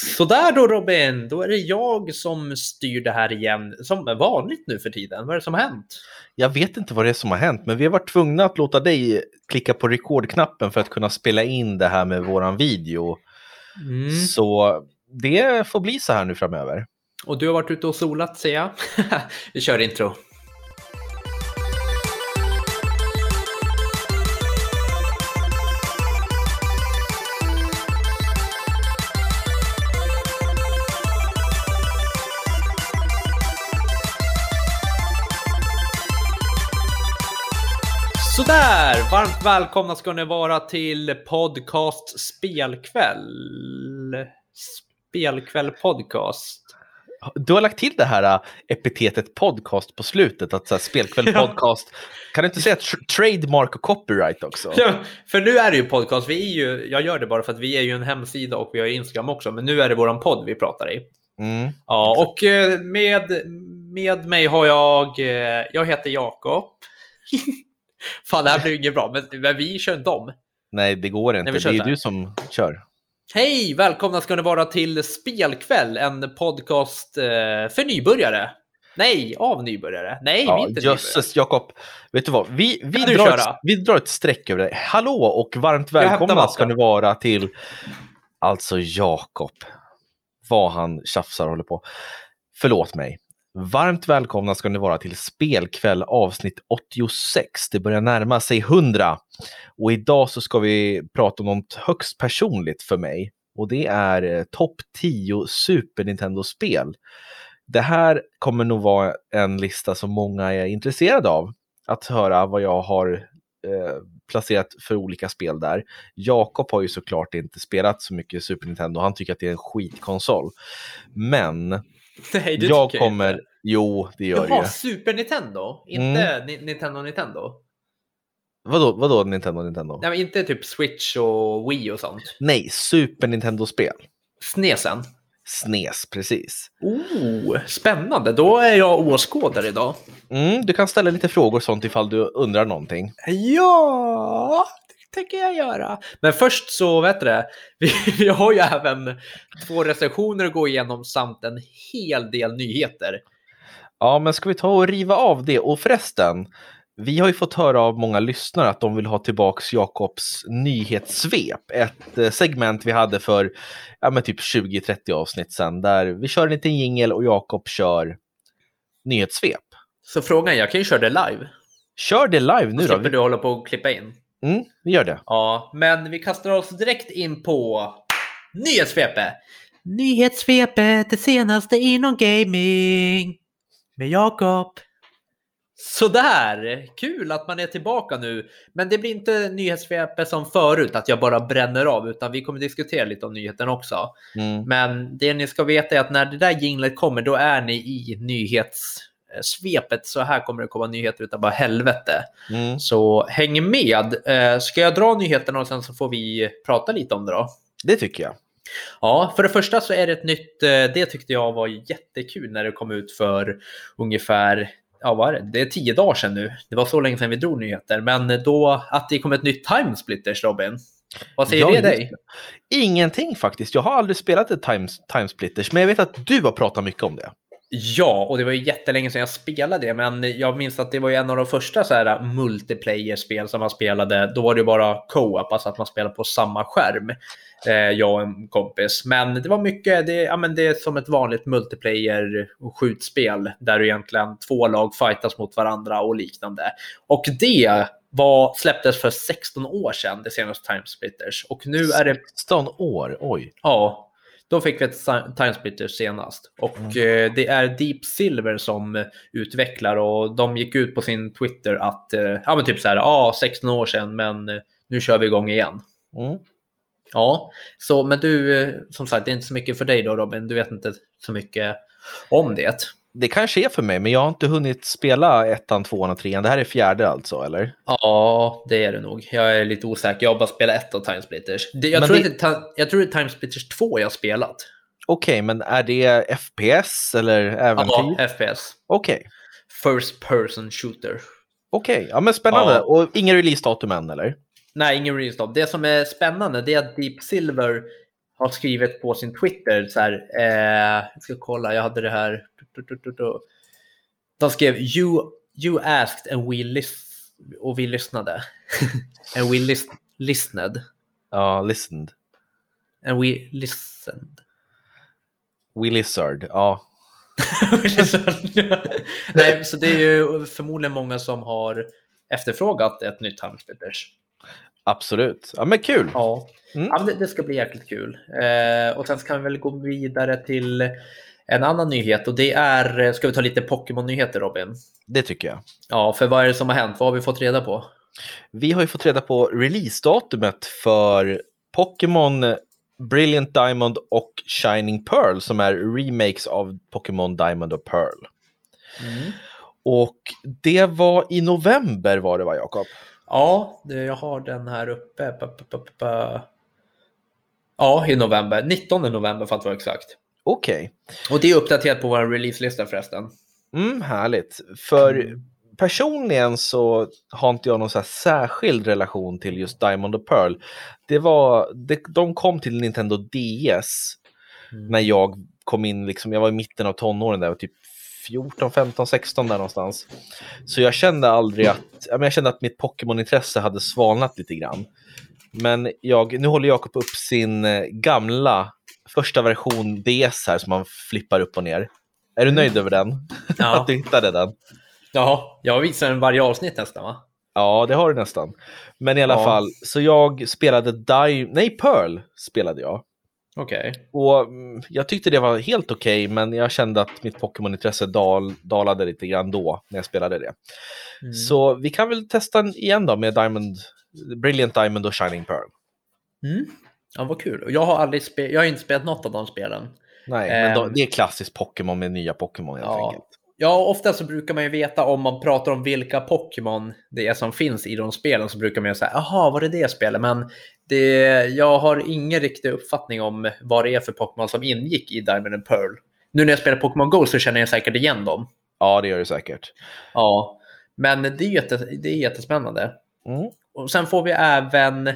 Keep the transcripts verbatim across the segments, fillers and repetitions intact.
Så där då Robin, då är det jag som styr det här igen, som är vanligt nu för tiden. Vad är det som har hänt? Jag vet inte vad det är som har hänt, men vi har varit tvungna att låta dig klicka på rekordknappen för att kunna spela in det här med våran video. Mm. Så det får bli så här nu framöver. Och du har varit ute och solat, ser jag. Vi kör intro. Sådär, varmt välkomna ska ni vara till podcast Spelkväll. Spelkväll podcast. Du har lagt till det här epitetet podcast på slutet, att så här, Spelkväll podcast. Ja. Kan du inte säga tr- trademark och copyright också? Ja, för nu är det ju podcast. Vi är ju, jag gör det bara för att vi är ju en hemsida och vi har Instagram också. Men nu är det våran podd vi pratar i. Mm. Ja, och med, med mig har jag, jag heter Jakob. Fan, det här blir inget bra, men, men vi kör inte om. Nej, det går inte. Nej, det är du som kör. Hej, välkomna ska ni vara till Spelkväll, en podcast eh, för nybörjare. Nej, av nybörjare. Nej, ja, vi är inte jösses, Jakob. Vet du vad? Vi, vi, drar ett, vi drar ett streck över det. Hallå och varmt välkomna ska ni vara till... Alltså, Jakob. Vad han tjafsar och håller på. Förlåt mig. Varmt välkomna ska ni vara till Spelkväll avsnitt åttiosex. Det börjar närma sig hundra. Och idag så ska vi prata om något högst personligt för mig. Och det är eh, topp tio Super Nintendo-spel. Det här kommer nog vara en lista som många är intresserade av. Att höra vad jag har eh, placerat för olika spel där. Jakob har ju såklart inte spelat så mycket Super Nintendo. Han tycker att det är en skitkonsol. Men... Nej, det jag kommer, jag jo det gör Jaha, det. Super Nintendo, inte mm. Ni- Nintendo Nintendo. Vadå, vadå Nintendo Nintendo? Nej, men inte typ Switch och Wii och sånt. Nej, Super Nintendo-spel. Snesen. Snes, precis. Oh, spännande. Då är jag åskådare idag. Mm, du kan ställa lite frågor sånt ifall du undrar någonting. Ja, det tänker jag göra. Men först så vet du det, vi, vi har ju även två recensioner att gå igenom samt en hel del nyheter. Ja, men ska vi ta och riva av det? Och förresten, vi har ju fått höra av många lyssnare att de vill ha tillbaks Jakobs nyhetssvep. Ett segment vi hade för ja, men typ tjugo trettio avsnitt sedan. Där vi kör en liten jingle och Jakob kör nyhetssvep. Så frågan, jag kan ju köra det live. Kör det live nu då. Slipper du hålla på och klippa in? Mm, vi gör det. Ja, men vi kastar oss direkt in på nyhetssvepet. Nyhetssvepet, det senaste inom gaming. Med Jakob. Sådär, kul att man är tillbaka nu. Men det blir inte nyhetssvepet som förut, att jag bara bränner av. Utan vi kommer diskutera lite om nyheten också. Mm. Men det ni ska veta är att när det där jinglet kommer, då är ni i nyhetssvepet. Så här kommer det komma nyheter utan bara helvete. Mm. Så häng med. Ska jag dra nyheterna och sen så får vi prata lite om det då? Det tycker jag. Ja, för det första så är det ett nytt, det tyckte jag var jättekul när det kom ut för ungefär, ja vad är det? Det är tio dagar sedan nu. Det var så länge sedan vi drog nyheter. Men då att det kom ett nytt Timesplitters, Robin. Vad säger det dig? Ingenting faktiskt. Jag har aldrig spelat ett Times, Timesplitters, men jag vet att du har pratat mycket om det. Ja, och det var ju jättelänge sedan jag spelade det, men jag minns att det var ju en av de första så här multiplayer-spel som man spelade. Då var det ju bara co-op, alltså att man spelade på samma skärm, eh, jag och en kompis. Men det var mycket, det, ja, men det är som ett vanligt multiplayer-skjutspel där du egentligen två lag fightas mot varandra och liknande. Och det var, släpptes för sexton år sedan, det senaste Timesplitters. Och nu är det... sexton år, oj. Ja. Då fick vi ett Timesplitters senast. Och mm. eh, det är Deep Silver som utvecklar. Och de gick ut på sin Twitter att eh, ja men typ så här, ja ah, sexton år sedan, men eh, nu kör vi igång igen. Mm. Ja, så men du, eh, som sagt, det är inte så mycket för dig då, Robin. Du vet inte så mycket om det. Det kanske är för mig, men jag har inte hunnit spela ettan, tvåan och trean. Det här är fjärde alltså, eller? Ja, det är det nog. Jag är lite osäker. Jag har bara spelat ett av Timesplitters. Det, jag, tror det... Det, jag tror det är Timesplitters två jag har spelat. Okej, okay, men är det F P S eller äventyr? Ja, F P S. Okej. Okay. First person shooter. Okej, okay. Ja men spännande. Ja. Och ingen release-datum än, eller? Nej, ingen release-datum. Det som är spännande det är att Deep Silver har skrivit på sin Twitter så här, eh, jag ska kolla, jag hade det här. De skrev you, you asked and we, lis- och vi lyssnade. and we lis- listened. Ja, uh, listened. And we listened. We lizard, ja. Nej, så det är ju förmodligen många som har efterfrågat ett nytt Hammersplitters. Absolut. Ja, men kul. Ja, mm. ja men det, det ska bli jäkligt kul. Eh, och sen kan vi väl gå vidare till en annan nyhet. Och det är, ska vi ta lite Pokémon-nyheter, Robin? Det tycker jag. Ja, för vad är det som har hänt? Vad har vi fått reda på? Vi har ju fått reda på releasedatumet för Pokémon Brilliant Diamond och Shining Pearl, som är remakes av Pokémon Diamond och Pearl. Mm. Och det var i november, var det, va, Jakob? Ja, det, jag har den här uppe. Pa, pa, pa, pa. Ja, i november. nittonde november för att vara exakt. Okej. Okay. Och det är uppdaterat på vår releaselista förresten. Mm, härligt. För mm. personligen så har inte jag någon så här särskild relation till just Diamond och Pearl. Det var, det, de kom till Nintendo D S mm. när jag kom in, liksom, jag var i mitten av tonåren där, typ fjorton, femton, sexton där någonstans. Så jag kände aldrig att, jag kände att mitt Pokémon-intresse hade svalnat lite grann. Men jag, nu håller Jakob upp sin gamla första version D S här som man flippar upp och ner. Är du nöjd över den? Ja. Att du hittade den? Ja, jag visar den varje avsnitt nästan, va? Ja, det har du nästan. Men i alla ja. fall, så jag spelade Di- Nej, Pearl spelade jag. Okej. Okay. Och jag tyckte det var helt okej, okay, men jag kände att mitt Pokémon-intresse dal- dalade lite grann då när jag spelade det. Mm. Så vi kan väl testa igen då med Diamond, Brilliant Diamond och Shining Pearl. Mm. Ja, vad kul. Jag har aldrig spe- jag har inte spelat något av de spelen. Nej, um, men då, det är klassiskt Pokémon med nya Pokémon helt ja. enkelt. Ja, ofta så brukar man ju veta, om man pratar om vilka Pokémon det är som finns i de spelen, så brukar man ju säga, jaha, vad är det spelet? Men det, jag har ingen riktig uppfattning om vad det är för Pokémon som ingick i Diamond and Pearl. Nu när jag spelar Pokémon Go så känner jag säkert igen dem. Ja, det gör du säkert. Ja, men det är, jätte, det är jättespännande. Mm. Och sen får vi även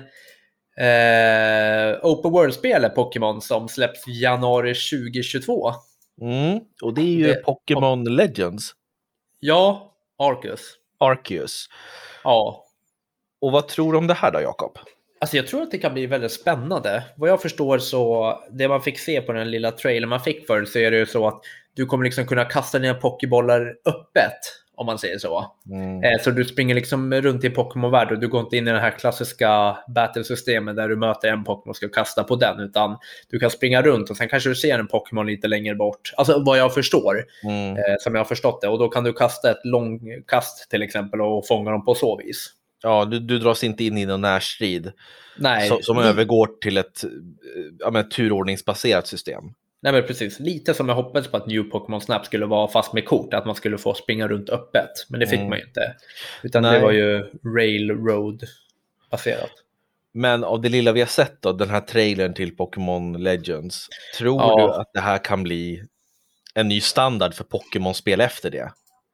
eh, Open World-spelet Pokémon som släpps i januari tjugohundratjugotvå. Mm, och det är ju det, Pokémon po- Legends. Ja, Arceus. Arceus. Ja. Och vad tror du om det här då, Jakob? Alltså jag tror att det kan bli väldigt spännande. Vad jag förstår så, det man fick se på den lilla trailern man fick för, så är det ju så att du kommer liksom kunna kasta dina pokébollar öppet, om man säger så. Mm. Eh, så du springer liksom runt i Pokémon-värld och du går inte in i den här klassiska battle-systemet där du möter en Pokémon och ska kasta på den, utan du kan springa runt och sen kanske du ser en Pokémon lite längre bort. Alltså vad jag förstår, mm. eh, som jag har förstått det. Och då kan du kasta ett långkast till exempel och fånga dem på så vis. Ja, du, du dras inte in i någon närstrid. Nej. Så, som övergår till ett ja, men, turordningsbaserat system. Nej, men precis. Lite som jag hoppades på att New Pokémon Snap skulle vara, fast med kort. Att man skulle få springa runt öppet. Men det fick mm. man ju inte. Utan Nej. Det var ju Railroad-baserat. Men av det lilla vi har sett då, den här trailern till Pokémon Legends. Tror ja. du att det här kan bli en ny standard för Pokémon-spel efter det?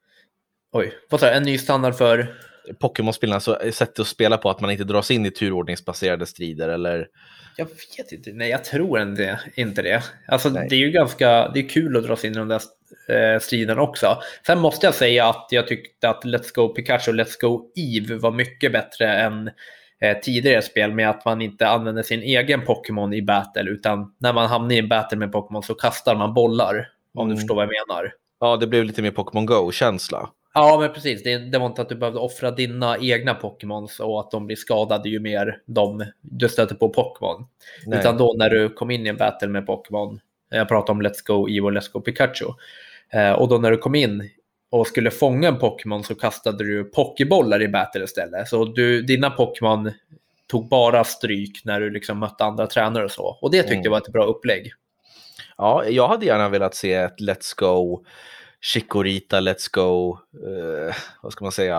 Oj, vad sa jag? En ny standard för... Pokémon-spelarna, så sättet att spela på att man inte dras in i turordningsbaserade strider, eller? Jag vet inte, nej jag tror inte, inte det. Alltså nej. Det är ju ganska, det är kul att dras in i de där eh, striden också. Sen måste jag säga att jag tyckte att Let's Go Pikachu och Let's Go Eve var mycket bättre än eh, tidigare spel, med att man inte använder sin egen Pokémon i battle, utan när man hamnar i en battle med Pokémon så kastar man bollar, om mm. du förstår vad jag menar. Ja, det blev lite mer Pokémon Go-känsla. Ja, men precis. Det, det var inte att du behövde offra dina egna Pokémons och att de blir skadade ju mer de, du stöter på Pokémon. Nej. Utan då när du kom in i en battle med Pokémon, jag pratar om Let's Go Evo och Let's Go Pikachu, eh, och då när du kom in och skulle fånga en Pokémon så kastade du Pokébollar i battle istället. Så du, dina Pokémon tog bara stryk när du liksom mötte andra tränare och så. Och det tyckte mm. jag var ett bra upplägg. Ja, jag hade gärna velat se ett Let's Go Chikorita, Let's Go, uh, vad ska man säga,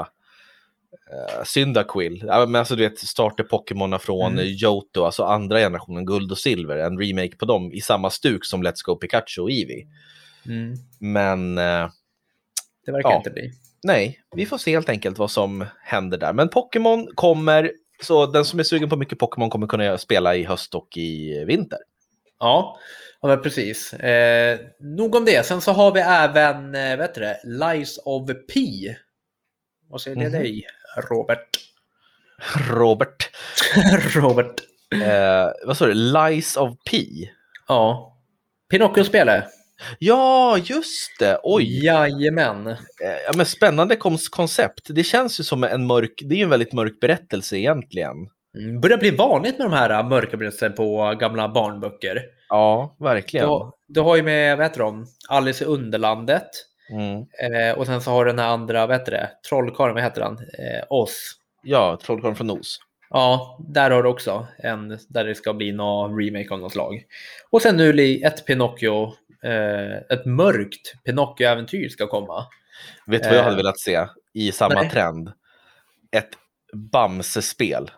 uh, Cyndaquil. Ja, men alltså du vet, starter Pokémon från mm. Johto, alltså andra generationen, guld och silver, en remake på dem i samma stuk som Let's Go Pikachu och Eevee. Mm. Men uh, det verkar ja, inte bli. Nej, vi får se helt enkelt vad som händer där. Men Pokémon kommer, så den som är sugen på mycket Pokémon kommer kunna spela i höst och i vinter. Ja, ja men precis. Eh, nog om det. Sen så har vi även, eh, vet du det, Lies of P. Vad säger det Mhm. dig, Robert? Robert. Robert. Eh, vad sa du? Lies of P? Ja. Pinocchio-spelet. Ja, just det. Oj. Jajamän. Eh, ja, men spännande koncept. Det känns ju som en mörk, det är ju en väldigt mörk berättelse egentligen. Mm, börjar bli vanligt med de här mörka berättelserna på gamla barnböcker. Ja, verkligen. Du, du har ju med, vad heter de? Alice i Underlandet. Mm. Eh, och sen så har du den här andra, vad heter det? Trollkarlen, vad heter han? Eh, Oz. Ja, Trollkarlen från Oz. Ja, där har du också en där det ska bli någon remake av något slag. Och sen nu ett Pinocchio, eh, ett mörkt Pinocchio-äventyr ska komma. Vet du vad jag hade Eh, velat se i samma nej. trend? Ett Bamse-spel.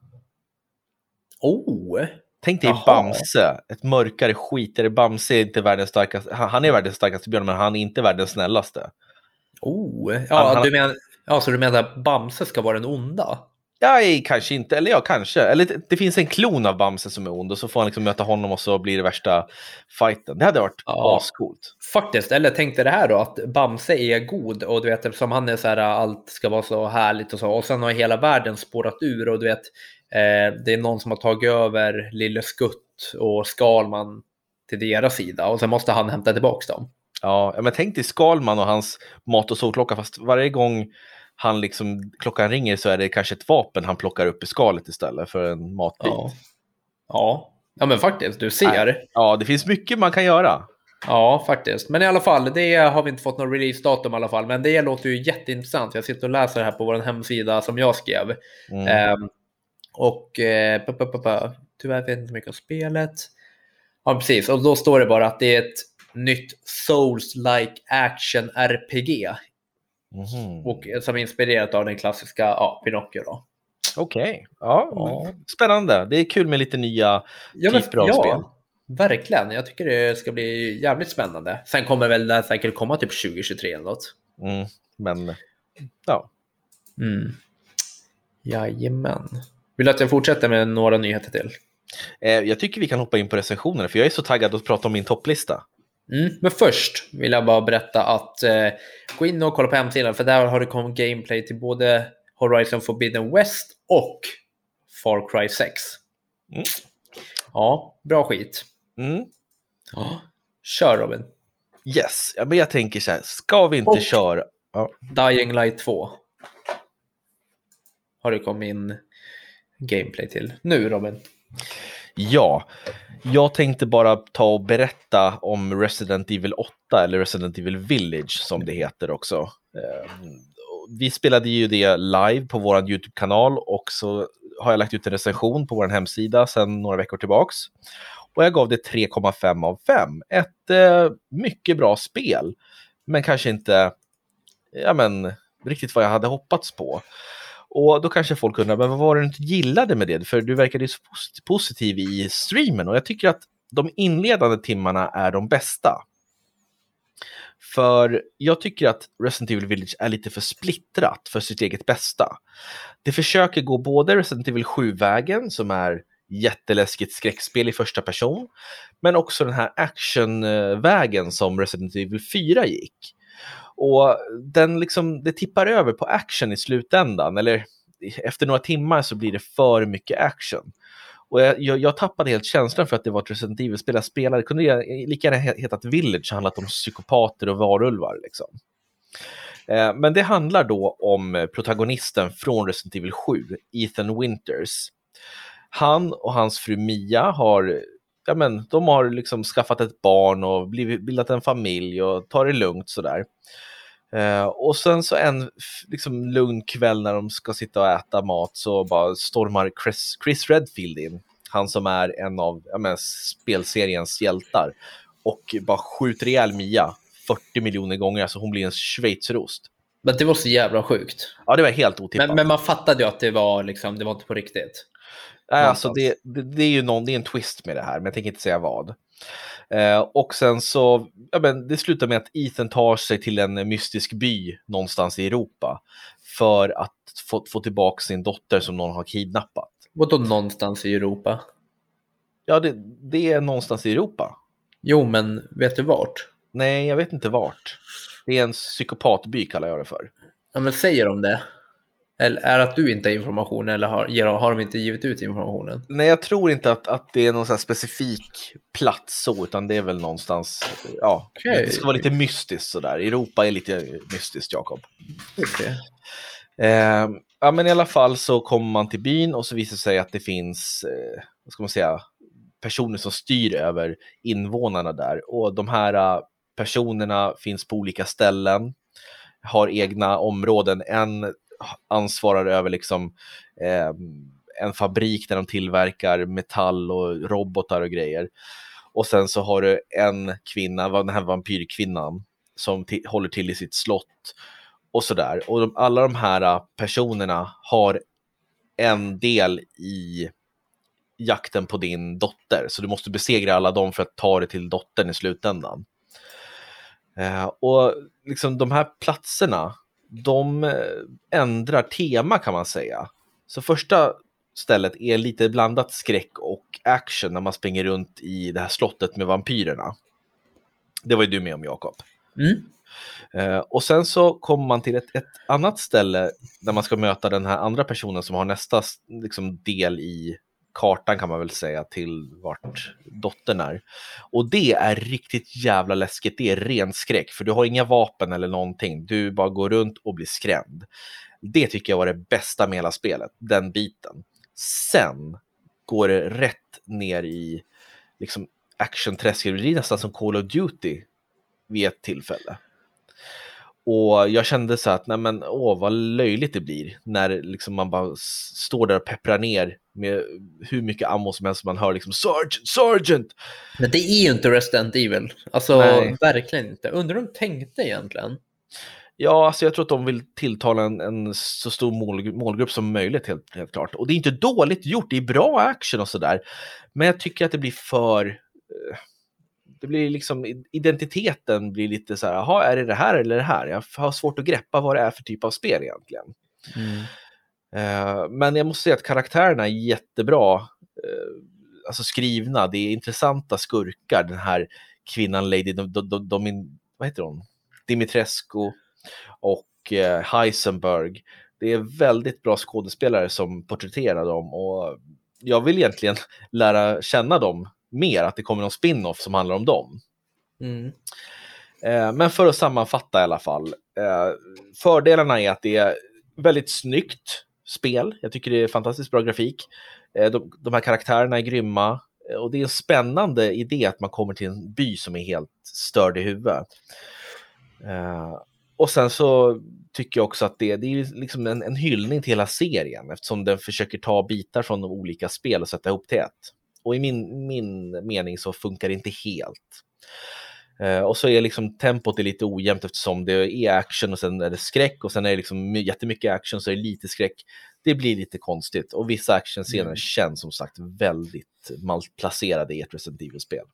Oh! Tänk dig Jaha. Bamse, ett mörkare skitare. Bamse är inte världens starkaste, han han är världens starkaste björn, men han är inte världens snällaste. Oh! Ja, Han- han- du menar, ja, så du menar att Bamse ska vara den onda? Ja, kanske inte, eller ja, kanske. Eller det, det finns en klon av Bamse som är ond och så får han liksom möta honom och så blir det värsta fighten. Det hade varit Ja. ascoolt. Faktiskt, eller tänkte det här då att Bamse är god och du vet eftersom han är så här allt ska vara så härligt och så och sen har hela världen spårat ur och du vet eh, det är någon som har tagit över Lille Skutt och Skalman till deras sida och sen måste han hämta tillbaka dem. Ja, men tänk dig Skalman och hans mat- och sovklocka, fast varje gång han liksom, klockan ringer så är det kanske ett vapen han plockar upp i skalet istället för en matbit. Ja, ja. Ja men faktiskt, du ser. Nej. Ja, det finns mycket man kan göra. Ja, faktiskt. Men i alla fall, det har vi inte fått någon release-datum i alla fall. Men det låter ju jätteintressant. Jag sitter och läser det här på vår hemsida som jag skrev. Mm. Ehm, och eh, pa, pa, pa, pa. Tyvärr vet jag inte mycket om spelet. Ja, precis. Och då står det bara att det är ett nytt Souls-like action R P G. Mhm. Och som är inspirerat av den klassiska ja, Pinocchio då. Okej, okay. Ja, Ja. Spännande. Det är kul med lite nya Ja, men, typer av ja, spel. verkligen. Jag tycker det ska bli jävligt spännande. Sen kommer väl det säkert komma typ tjugo tjugotre eller något. Mm. Men, ja. Mm. Jajamän. Vill du att jag fortsätter med några nyheter till? Eh, jag tycker vi kan hoppa in på recensionerna, för jag är så taggad att prata om min topplista. Mm. Men först vill jag bara berätta att eh, gå in och kolla på hemsidan, för där har det kommit gameplay till både Horizon Forbidden West och Far Cry sex. Mm. Ja, bra skit. Mm. Ja. Kör Robin. Yes, ja, men jag tänker så här, ska vi inte Och- köra? Ja. Dying Light två. Har det kommit in gameplay till. Nu Robin. Ja, jag tänkte bara ta och berätta om Resident Evil åtta, eller Resident Evil Village som det heter också. Eh, Vi spelade ju det live på vår YouTube-kanal och så har jag lagt ut en recension på vår hemsida sedan några veckor tillbaks. Och jag gav det tre komma fem av fem. Ett eh, mycket bra spel, men kanske inte ja, men, riktigt vad jag hade hoppats på. Och då kanske folk undrar, men vad var det du inte gillade med det? För du verkade ju så pos- positiv i streamen, och jag tycker att de inledande timmarna är de bästa. För jag tycker att Resident Evil Village är lite för splittrat för sitt eget bästa. Det försöker gå både Resident Evil sju-vägen, som är jätteläskigt skräckspel i första person, men också den här actionvägen som Resident Evil fyra gick. Och den liksom, det tippar över på action i slutändan, eller efter några timmar så blir det för mycket action. Och jag, jag, jag tappade helt känslan för att det var ett Resident Evil-spel jag spelade. Det kunde lika gärna hetat Village, handlat om psykopater och varulvar liksom. Eh, men det handlar då om protagonisten från Resident Evil sju, Ethan Winters. Han och hans fru Mia har, ja men, de har liksom skaffat ett barn och blivit, bildat en familj och tar det lugnt sådär. Uh, och sen så en liksom, lugn kväll när de ska sitta och äta mat så bara stormar Chris, Chris Redfield in. Han som är en av ja, men, spelseriens hjältar. Och bara skjuter ihjäl Mia fyrtio miljoner gånger, så hon blir en schweizerost. Men det var så jävla sjukt. Ja, det var helt otippat. Men, men man fattade ju att det var, liksom, det var inte på riktigt. Nej, alltså det, det, det är ju någon, det är en twist med det här, men jag tänker inte säga vad. Eh, och sen så, ja, men det slutar med att Ethan tar sig till en mystisk by någonstans i Europa för att få, få tillbaka sin dotter som någon har kidnappat. Vadå någonstans i Europa? Ja, det, det är någonstans i Europa. Jo, men vet du vart? Nej, jag vet inte vart. Det är en psykopatby kallar jag det för. Ja, men säger de det? Eller är det att du inte har information eller har, har de inte givit ut informationen? Nej, jag tror inte att, att det är någon sån här specifik plats så, utan det är väl någonstans, ja, okay. Det ska vara lite mystiskt sådär. Europa är lite mystiskt, Jakob. Okay. Eh, ja, men i alla fall så kommer man till byn och så visar det sig att det finns, eh, vad ska man säga, personer som styr över invånarna där. Och de här personerna finns på olika ställen, har egna områden. En ansvarar över liksom eh, en fabrik där de tillverkar metall och robotar och grejer. Och sen så har du en kvinna, den här vampyrkvinnan, som t- håller till i sitt slott och sådär. Och de, alla de här personerna har en del i jakten på din dotter. Så du måste besegra alla dem för att ta det till dottern i slutändan. Eh, och liksom de här platserna, de ändrar tema kan man säga. Så första stället är lite blandat skräck och action när man springer runt i det här slottet med vampyrerna. Det var ju du med om, Jakob. Mm. Eh, och sen så kommer man till ett, ett annat ställe där man ska möta den här andra personen som har nästa liksom, del i kartan kan man väl säga till vart dottern är. Och det är riktigt jävla läskigt. Det är ren skräck för du har inga vapen eller någonting. Du bara går runt och blir skrämd. Det tycker jag var det bästa med hela spelet, den biten. Sen går det rätt ner i liksom action-träsket. Det är nästan som Call of Duty vid ett tillfälle. Och jag kände så att nej men, åh, vad löjligt det blir när liksom man bara står där och pepprar ner med hur mycket ammo som helst man hör liksom Sergeant, Sergeant! Men det är ju inte Resident Evil. Alltså nej. Verkligen inte. Undrar de tänkte egentligen? Ja, alltså jag tror att de vill tilltala en, en så stor mål, målgrupp som möjligt helt, helt klart. Och det är inte dåligt gjort, det är bra action och sådär. Men jag tycker att det blir för... Eh, det blir liksom, identiteten blir lite så här, jaha, är det det här eller det här? Jag har svårt att greppa vad det är för typ av spel egentligen. Mm. Uh, men jag måste säga att karaktärerna är jättebra uh, alltså skrivna. Det är intressanta skurkar. Den här kvinnan Lady Dom, Dom, Dom, Dom, vad heter hon? Dimitrescu och uh, Heisenberg. Det är väldigt bra skådespelare som porträtterar dem och jag vill egentligen lära känna dem mer, att det kommer någon spin-off som handlar om dem. Mm. Eh, men för att sammanfatta i alla fall. Eh, fördelarna är att det är väldigt snyggt spel. Jag tycker det är fantastiskt bra grafik. Eh, de, de här karaktärerna är grymma. Eh, och det är en spännande idé att man kommer till en by som är helt störd i huvudet. Eh, och sen så tycker jag också att det, det är liksom en, en hyllning till hela serien eftersom den försöker ta bitar från de olika spel och sätta ihop till ett. Och i min, min mening så funkar det inte helt. Uh, och så är liksom tempot är lite ojämnt eftersom det är action och sen är det skräck och sen är det liksom jättemycket action så är det lite skräck. Det blir lite konstigt och vissa actionscener mm. känns som sagt väldigt malplacerade i ett Resident Evil-spel.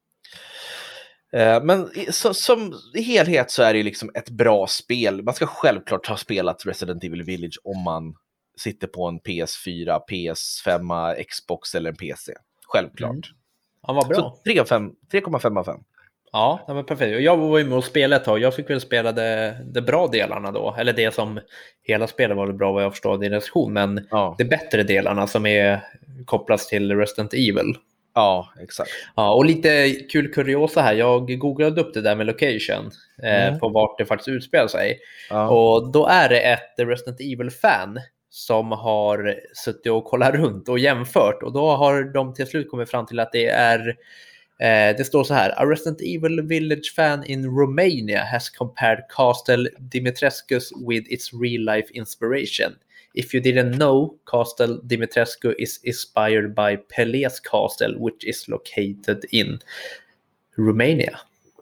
Uh, men så, som i helhet så är det liksom ett bra spel. Man ska självklart ha spelat Resident Evil Village om man sitter på en P S fyra, P S fem, Xbox eller en P C. Självklart. Mm. Ja, vad bra. Så tre komma fem av fem. Ja, det var perfekt. Jag var ju med och spelade ett tag. Jag fick väl spela det, det bra delarna då. Eller det som hela spelet var väl bra vad jag förstår i recension. Men ja. De bättre delarna som är kopplas till Resident Evil. Ja, exakt. Ja, och lite kul kuriosa här. Jag googlade upp det där med location. Mm. Eh, på vart det faktiskt utspelar sig. Ja. Och då är det ett Resident Evil-fan som har suttit och kollat runt och jämfört. Och då har de till slut kommit fram till att det är... Eh, det står så här. A Resident Evil Village fan in Romania has compared Castle Dimitrescu's with its real-life inspiration. If you didn't know, Castle Dimitrescu is inspired by Pelés Castle, which is located in Romania.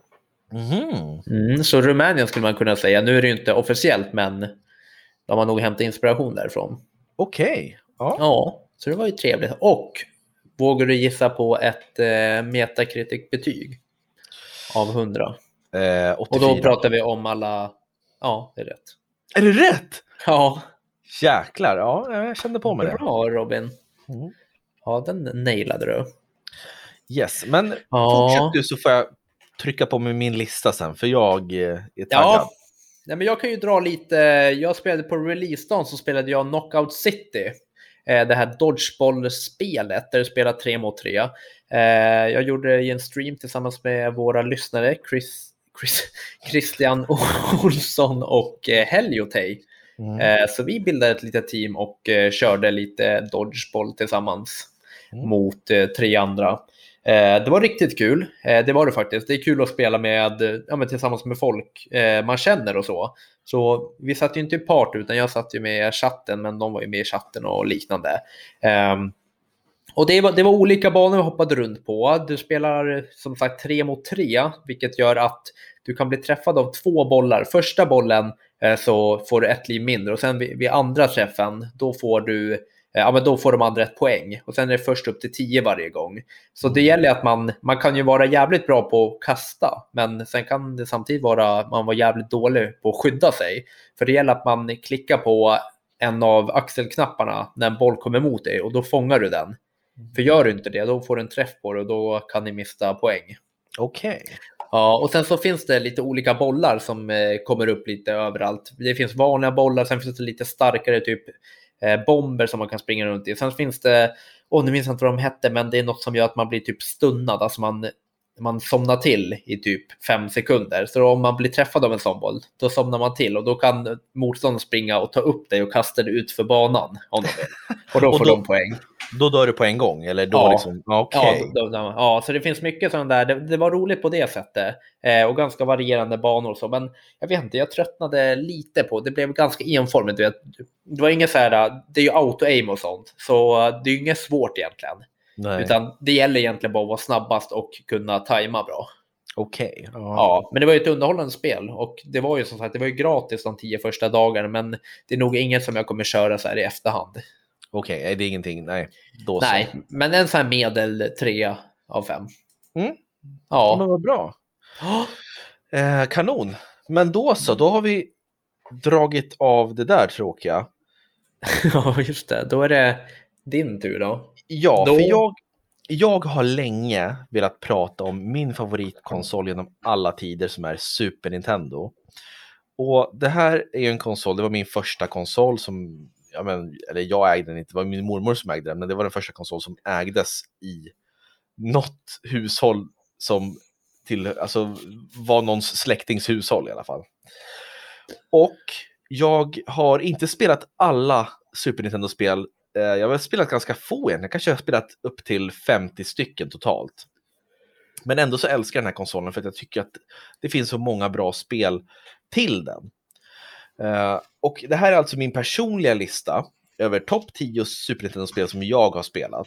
Mm. Mm, så Rumänien skulle man kunna säga. Nu är det ju inte officiellt, men de har nog hämtat inspiration därifrån. Okej. Okay. Ja. Ja, så det var ju trevligt. Och vågar du gissa på ett eh, Metacritic-betyg av hundra? Eh, och då pratar vi om alla... Ja, det är rätt. Är det rätt? Ja. Jäklar, ja, jag kände på mig det. Bra, Robin. Mm. Ja, den nailade du. Yes, men ja. fortsätt du så får jag trycka på med min lista sen, för jag är taggad. Ja, nej, men jag kan ju dra lite. Jag spelade på releasedagen, så spelade jag Knockout City. Det här dodgeball-spelet där du spelar tre mot tre. Jag gjorde det i en stream tillsammans med våra lyssnare Chris, Chris, Christian Olsson och Heliotay. Mm. Så vi bildade ett litet team och körde lite dodgeball tillsammans mm. mot tre andra. Det var riktigt kul. Det var det faktiskt. Det är kul att spela med, ja, men tillsammans med folk man känner och så. Så vi satt ju inte i part, utan jag satt ju med i chatten, men de var ju med i chatten och liknande. Um, och det var, det var olika banor vi hoppade runt på. Du spelar som sagt tre mot tre, vilket gör att du kan bli träffad av två bollar. Första bollen eh, så får du ett liv mindre, och sen vid, vid andra träffen då får du Ja, men då får de andra ett poäng. Och sen är det först upp till tio varje gång. Så det gäller att man, man kan ju vara jävligt bra på att kasta. Men sen kan det samtidigt vara man var jävligt dålig på att skydda sig. För det gäller att man klickar på en av axelknapparna när en boll kommer mot dig. Och då fångar du den. För gör du inte det, då får du en träff på det. Och då kan ni mista poäng. Okej. Okay. Ja, och sen så finns det lite olika bollar som eh, kommer upp lite överallt. Det finns vanliga bollar, sen finns det lite starkare typ bomber som man kan springa runt i. Sen finns det, åh, nu minns jag inte vad de hette, men det är något som gör att man blir typ stunnad. Alltså man, man somnar till i typ fem sekunder. Så om man blir träffad av en sån boll, då somnar man till. Och då kan motståndaren springa och ta upp dig och kasta dig ut för banan om de vill. Och då får och då, de poäng. Då dör du på en gång? Eller då ja. Liksom, okay. ja, då, då, ja, så det finns mycket sådana där. Det, det var roligt på det sättet. Eh, och ganska varierande banor och så. Men jag vet inte, jag tröttnade lite på. Det blev ganska enformigt. Du vet. Det var inget så här, det är ju auto-aim och sånt. Så det är ju inget svårt egentligen. Nej. Utan det gäller egentligen bara att vara snabbast och kunna tajma bra. Okej. Okay. Ja. ja, men det var ju ett underhållande spel. Och det var ju som sagt, det var ju gratis de tio första dagarna. Men det är nog inget som jag kommer köra så här i efterhand. Okej, okay, det är ingenting. Nej, då Nej, så. Men en sån här medel tre av fem. Mm. Ja, men vad bra. Oh. Eh, kanon. Men då så, då har vi dragit av det där tråkiga. Ja, just det. Då är det din tur då. Ja, då... för jag, jag har länge velat prata om min favoritkonsol genom alla tider, som är Super Nintendo. Och det här är ju en konsol, det var min första konsol som Ja, men, eller jag ägde den inte, det var min mormor som ägde den, men det var den första konsol som ägdes i något hushåll som till, alltså, var någons släktings hushåll i alla fall. Och jag har inte spelat alla Super Nintendo-spel. Jag har spelat ganska få igen. Jag kanske har spelat upp till femtio stycken totalt. Men ändå så älskar jag den här konsolen för att jag tycker att det finns så många bra spel till den. Uh, och det här är alltså min personliga lista över topp tio Super Nintendo-spel som jag har spelat.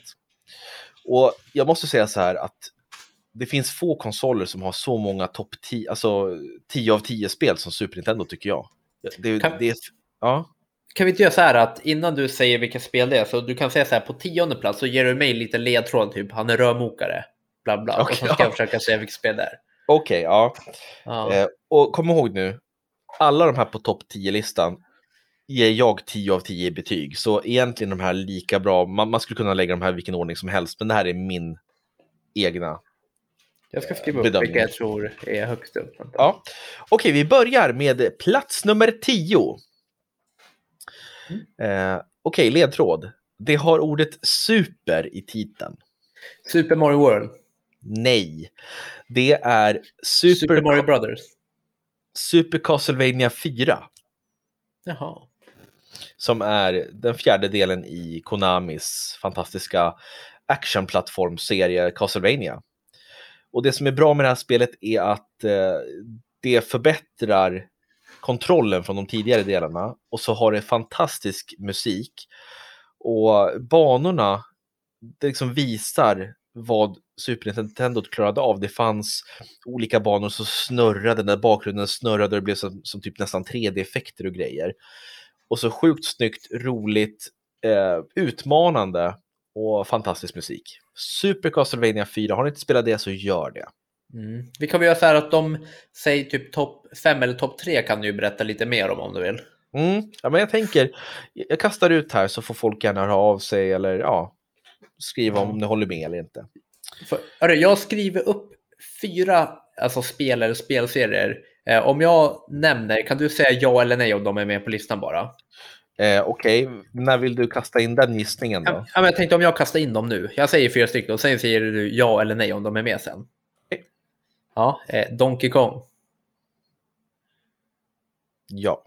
Och jag måste säga så här att det finns få konsoler som har så många topp tio, alltså tio av tio spel som Super Nintendo, tycker jag. Det, kan, det är, ja. Kan vi inte göra så här att innan du säger vilka spel det är, så du kan säga så här, på tionde plats så ger du mig lite ledtråd, typ han är rörmokare, bla bla, okay, och så ska ja. jag försöka säga vilka spel det är. Okej, okay, ja. ja. Eh, och kom ihåg nu, alla de här på topp tio-listan ger jag tio av tio betyg. Så egentligen de här lika bra. Man, man skulle kunna lägga de här i vilken ordning som helst. Men det här är min egna Jag ska skriva upp vilka jag tror är högst upp. Ja. Okej, vi börjar med plats nummer tio. Mm. Eh, Okej, ledtråd. Det har ordet super i titeln. Super Mario World. Nej. Det är Super, Super Mario Brothers. Super Castlevania fyra. Jaha. Som är den fjärde delen i Konamis fantastiska actionplattformserie Castlevania. Och det som är bra med det här spelet är att eh, det förbättrar kontrollen från de tidigare delarna. Och så har det fantastisk musik. Och banorna, det liksom visar vad Super Nintendo klarade av. Det fanns olika banor som snurrade, när bakgrunden snurrade och det blev som, som typ nästan tre D-effekter och grejer. Och så sjukt snyggt, roligt, eh, utmanande och fantastisk musik. Super Castlevania fyra, har ni inte spelat det så gör det. Mm. Vi kan väl göra så här att de säger typ topp fem eller topp tre, kan du ju berätta lite mer om om du vill. Mm. Ja, men jag tänker, jag kastar ut här så får folk gärna höra av sig eller ja, skriva om ni håller med eller inte. För, hörru, jag skriver upp fyra alltså, spel eller spelserier. Eh, om jag nämner, kan du säga ja eller nej om de är med på listan bara? Eh, Okej, okay. När vill du kasta in den gissningen då? Ja, men jag tänkte om jag kastar in dem nu. Jag säger fyra stycken och sen säger du ja eller nej om de är med sen. Okay. Ja, eh, Donkey Kong. Ja.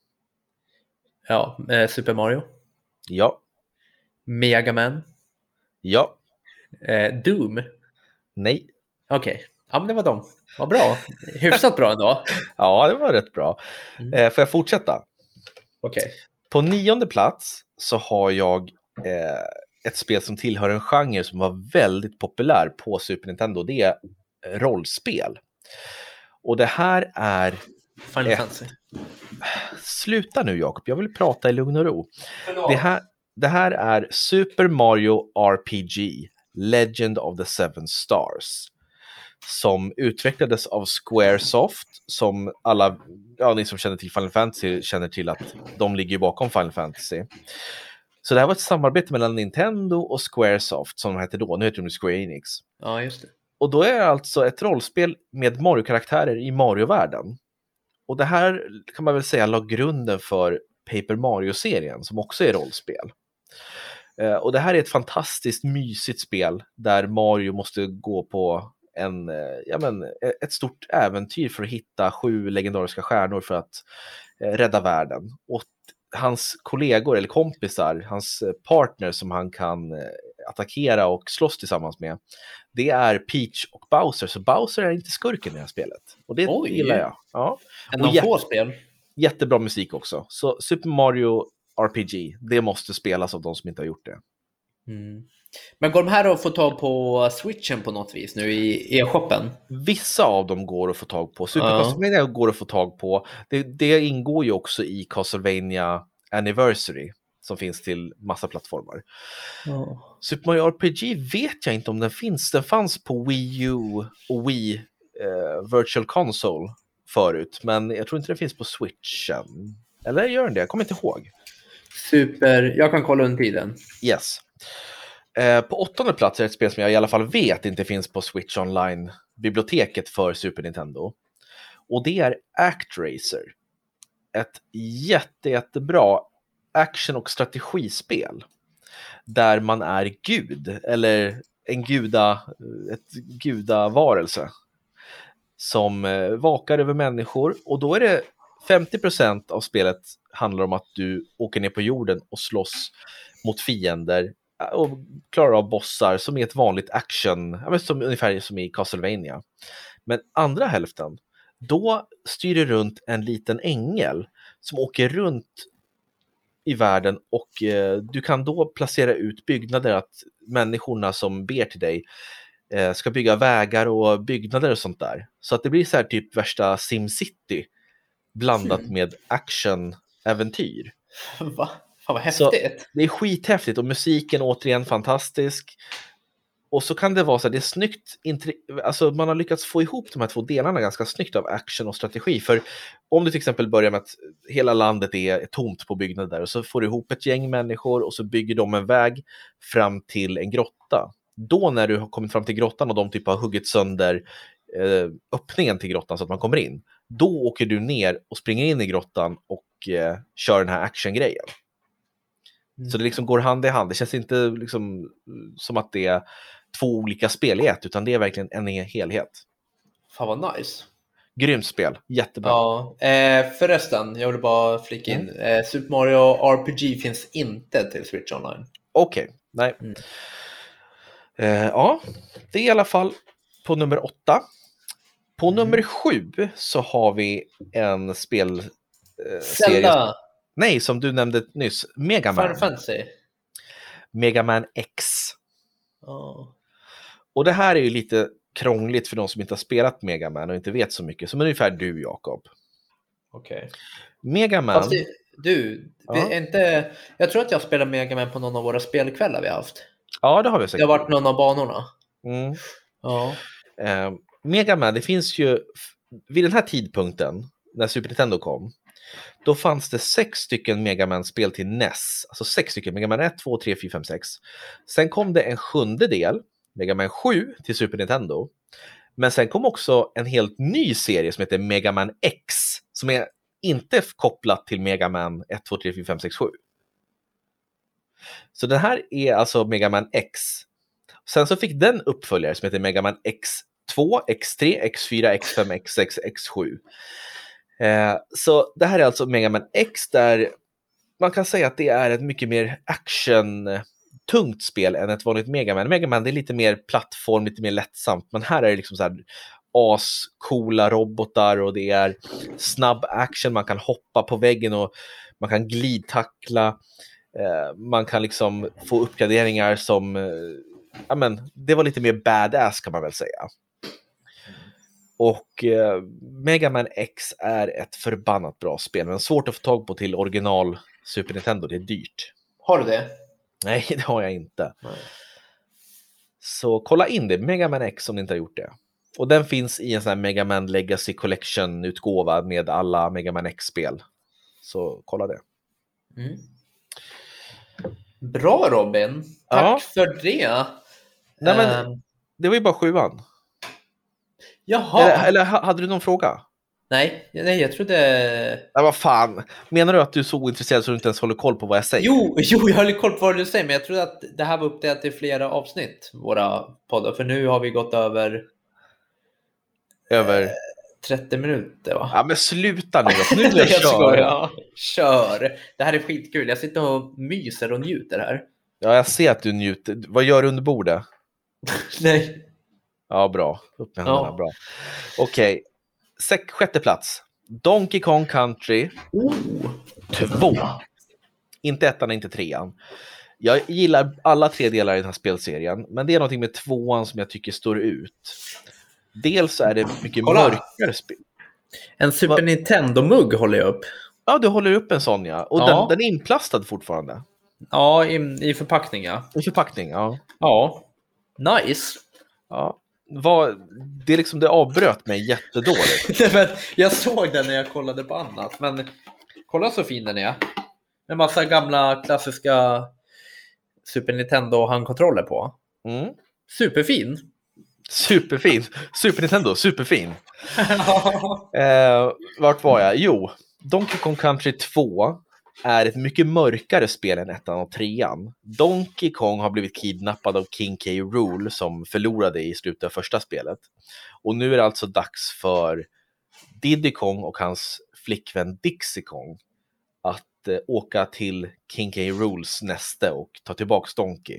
Ja, eh, Super Mario. Ja. Mega Man. Ja. Eh, Doom. Nej. Okej, okay. Ja men det var dem. Vad bra. Hyfsat bra ändå. Ja, det var rätt bra. Mm. Eh, får jag fortsätta? Okej. Okay. På nionde plats så har jag eh, ett spel som tillhör en genre som var väldigt populär på Super Nintendo. Det är rollspel. Och det här är... Final ett... Fantasy. Sluta nu Jakob, jag vill prata i lugn och ro. Det här, det här är Super Mario R P G, Legend of the Seven Stars. Som utvecklades av Squaresoft, som alla, ja, ni som känner till Final Fantasy känner till att de ligger bakom Final Fantasy. Så det här var ett samarbete mellan Nintendo och Squaresoft, som de hette då, nu heter de Square Enix. Ja, just det. Och då är det alltså ett rollspel med Mario-karaktärer i Mario-världen. Och det här kan man väl säga la grunden för Paper Mario-serien, som också är rollspel. Och det här är ett fantastiskt mysigt spel där Mario måste gå på en, ja men, ett stort äventyr för att hitta sju legendariska stjärnor för att eh, rädda världen. Och hans kollegor eller kompisar, hans partner som han kan eh, attackera och slåss tillsammans med, det är Peach och Bowser. Så Bowser är inte skurken i det här spelet. Och det Oj. gillar jag. Ja. En av få spel. Jättebra musik också. Så Super Mario R P G, det måste spelas av de som inte har gjort det. Mm. Men går de här att få tag på Switchen på något vis nu i e-shoppen? Vissa av dem går att få tag på. Super uh. Castlevania går att få tag på. Det, det ingår ju också i Castlevania Anniversary som finns till massa plattformar. Uh. Super Mario R P G vet jag inte om den finns. Den fanns på Wii U och Wii eh, Virtual Console förut. Men jag tror inte den finns på Switchen. Eller gör den det? Jag kommer inte ihåg. Super, jag kan kolla under tiden. Yes. Eh, på åttonde plats är ett spel som jag i alla fall vet inte finns på Switch Online-biblioteket för Super Nintendo. Och det är ActRaiser. Ett jätte, jättebra action- och strategispel. Där man är gud, eller en guda, ett gudavarelse. Som eh, vakar över människor. Och då är det femtio procent av spelet handlar om att du åker ner på jorden och slåss mot fiender och klarar av bossar som är ett vanligt action, som, ungefär som i Castlevania. Men andra hälften, då styr du runt en liten ängel som åker runt i världen och eh, du kan då placera ut byggnader att människorna som ber till dig eh, ska bygga vägar och byggnader och sånt där. Så att det blir så här typ värsta SimCity blandat mm. med action-äventyr. Va? Fan vad häftigt. Så det är skithäftigt och musiken återigen fantastisk. Och så kan det vara så här, det är snyggt, alltså man har lyckats få ihop de här två delarna ganska snyggt av action och strategi. För om du till exempel börjar med att hela landet är tomt på byggnader och så får du ihop ett gäng människor och så bygger de en väg fram till en grotta. Då när du har kommit fram till grottan och de typ har huggit sönder eh, öppningen till grottan så att man kommer in, då åker du ner och springer in i grottan och eh, kör den här actiongrejen. Mm. Så det liksom går hand i hand. Det känns inte liksom som att det är två olika spel i ett, utan det är verkligen en helhet. Fan vad nice. Grymt spel, jättebra. Ja, eh, förresten, jag vill bara flika in. Mm. Eh, Super Mario R P G finns inte till Switch Online. Okej, okay. nej. Mm. Eh, ja, det är i alla fall på nummer åtta. På mm. nummer sju så har vi en spel eh, serie. Nej, som du nämnde nyss, Mega Man. Final Fantasy. Mega Man X. Oh. Och det här är ju lite krångligt för de som inte har spelat Mega Man och inte vet så mycket. Som ungefär du, Jakob. Okej. Okay. Mega Man... Det, du, ja. inte, jag tror att jag spelar Mega Man på någon av våra spelkvällar vi har haft. Ja, det har vi säkert. Det har varit någon av banorna. Mm. Ja. Eh, Mega Man, det finns ju... Vid den här tidpunkten, när Super Nintendo kom, då fanns det sex stycken Mega Man-spel till N E S. Alltså sex stycken, Mega Man ett, två, tre, fyra, fem, sex. Sen kom det en sjunde del Mega Man sju till Super Nintendo. Men sen kom också en helt ny serie som heter Mega Man X, som är inte kopplat till Mega Man ett, två, tre, fyra, fem, sex, sju. Så den här är alltså Mega Man X. Sen så fick den uppföljare som heter Mega Man X två, X tre, X fyra, X fem, X sex, X sju. Eh, så det här är alltså Mega Man X, där man kan säga att det är ett mycket mer action-tungt spel än ett vanligt Mega Man. Mega Man, det är lite mer plattform, lite mer lättsamt. Men här är det liksom så här ascoola robotar och det är snabb action. Man kan hoppa på väggen och man kan glidtackla. Eh, man kan liksom få uppgraderingar som... Eh, ja, men, det var lite mer badass kan man väl säga. Och eh, Mega Man X är ett förbannat bra spel, men svårt att få tag på till original Super Nintendo. Det är dyrt. Har du det? Nej, det har jag inte. Nej. Så kolla in det, Mega Man X, om ni inte har gjort det. Och den finns i en sån här Mega Man Legacy Collection-utgåva med alla Mega Man X-spel. Så kolla det. Mm. Bra Robin, tack ja. för det. Nej, men um... det var ju bara sjuan. Jaha. Eller, eller hade du någon fråga? Nej, nej jag trodde... Nej, vad fan. Menar du att du är så ointresserad så du inte ens håller koll på vad jag säger? Jo, jo jag håller koll på vad du säger, men jag trodde att det här var uppdelat till flera avsnitt, våra poddar. För nu har vi gått över... Över... Eh, trettio minuter, va? Ja, men sluta nu. Nu vill jag köra. Ja. Kör. Det här är skitkul. Jag sitter och myser och njuter här. Ja, jag ser att du njuter. Vad gör du under bordet? Nej. Ja, bra. Upp med händerna, ja. Bra. Okej. Okay. Sjätte plats. Donkey Kong Country oh. två. Inte ettan, inte trean. Jag gillar alla tre delar i den här spelserien, men det är någonting med tvåan som jag tycker står ut. Dels så är det mycket Kolla. mörkare spel. En Super Va? Nintendo-mugg håller jag upp. Ja, du håller upp en sån, ja. Och ja. Den, den är inplastad fortfarande. Ja, i, i förpackning, ja. I förpackning, ja. Ja. Nice. Ja. Var, det är liksom, det avbröt mig jättedåligt. men jag såg den när jag kollade på annat, men kolla så fin den är. Med massa gamla klassiska Super Nintendo handkontroller på. Mm. Superfin. Superfin. Super Nintendo, superfin. eh, vart var jag? Jo, Donkey Kong Country två är ett mycket mörkare spel än ettan och trean. Donkey Kong har blivit kidnappad av King K. Rool som förlorade i slutet av första spelet. Och nu är det alltså dags för Diddy Kong och hans flickvän Dixie Kong att eh, åka till King K. Rools näste och ta tillbaka Donkey.